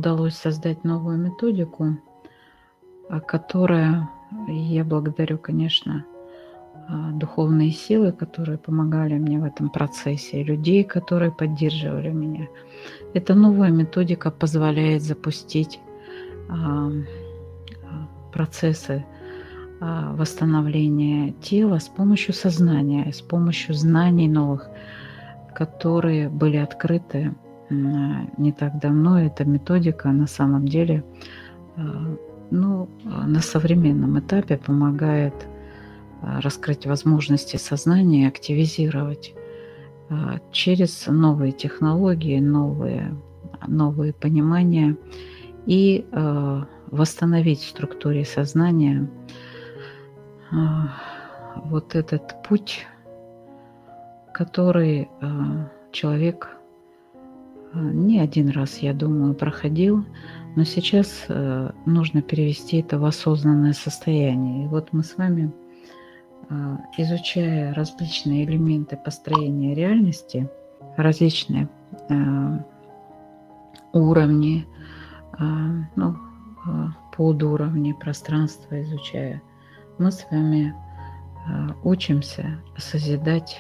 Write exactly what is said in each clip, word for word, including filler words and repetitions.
удалось создать новую методику, а, которая я благодарю, конечно, а, духовные силы, которые помогали мне в этом процессе, и людей, которые поддерживали меня. Эта новая методика позволяет запустить, ам, а, процессы, а, восстановления тела с помощью сознания, с помощью знаний новых, которые были открыты, м, не так давно. Эта методика на самом деле, а, ну, а, на современном этапе помогает, а, раскрыть возможности сознания, активизировать, а, через новые технологии, новые, новые понимания и, а, восстановить в структуре сознания, а, вот этот путь, который, а, человек, а, не один раз, я думаю, проходил, но сейчас, э, нужно перевести это в осознанное состояние. И вот мы с вами, а, изучая различные элементы построения реальности, различные, а, уровни, а, ну, а, подуровни пространства изучая, мы с вами, а, учимся созидать,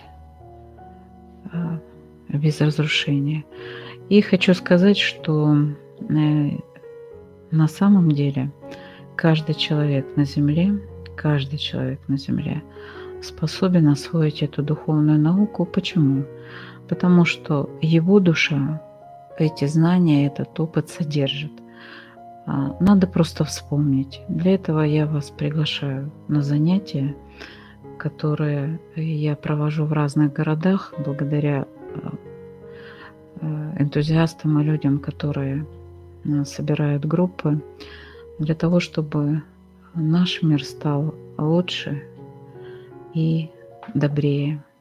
а, без разрушения. И хочу сказать, что, э, на самом деле каждый человек на Земле, каждый человек на Земле способен освоить эту духовную науку. Почему? Потому что его душа эти знания, этот опыт содержит. А, надо просто вспомнить. Для этого я вас приглашаю на занятия, которые я провожу в разных городах благодаря, а, а, энтузиастам и людям, которые, а, собирают группы для того, чтобы наш мир стал лучше и добрее.